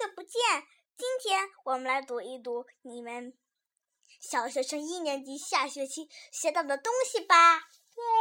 久不见！今天我们来读一读你们小学生1年级下学期学到的东西吧！耶！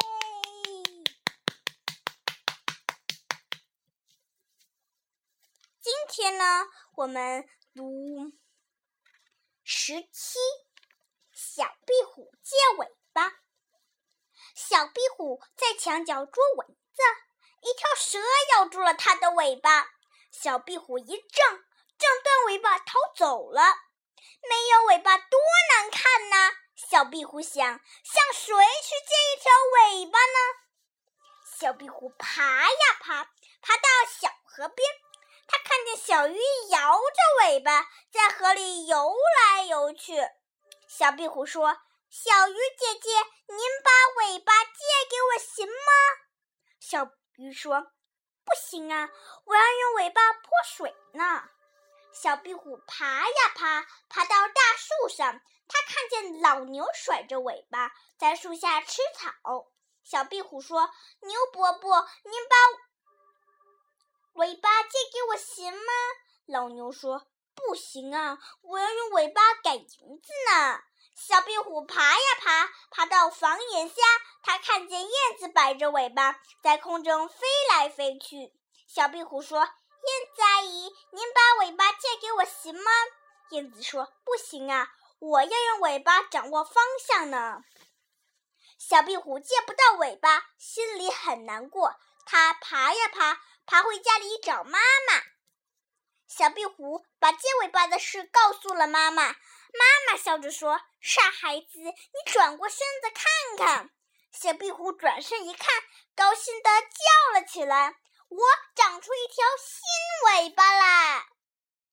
今天呢，我们读17小壁虎借尾巴。小壁虎在墙角捉蚊子，一条蛇咬住了它的尾巴。小壁虎一挣断尾巴逃走了。没有尾巴多难看呐！小壁虎想，向谁去借一条尾巴呢？小壁虎爬呀爬，爬到小河边，它看见小鱼摇着尾巴在河里游来游去。小壁虎说：“小鱼姐姐，您把尾巴借给我行吗？”小鱼说：“不行啊，我要用尾巴泼水呢。”小壁虎爬呀爬，爬到大树上，它看见老牛甩着尾巴在树下吃草。小壁虎说：“牛伯伯，您把尾巴借给我行吗？”老牛说：“不行啊，我要用尾巴赶银子呢。”小壁虎爬呀爬，爬到房檐下，它看见燕子摆着尾巴在空中飞来飞去。小壁虎说：“燕子阿姨，您把尾巴借给我行吗？”燕子说：“不行啊，我要用尾巴掌握方向呢。”小壁虎借不到尾巴，心里很难过。它爬呀爬，爬回家里找妈妈。小壁虎把借尾巴的事告诉了妈妈。妈妈笑着说：“傻孩子，你转过身子看看。”小壁虎转身一看，高兴地叫了起来：“我长出一条新尾巴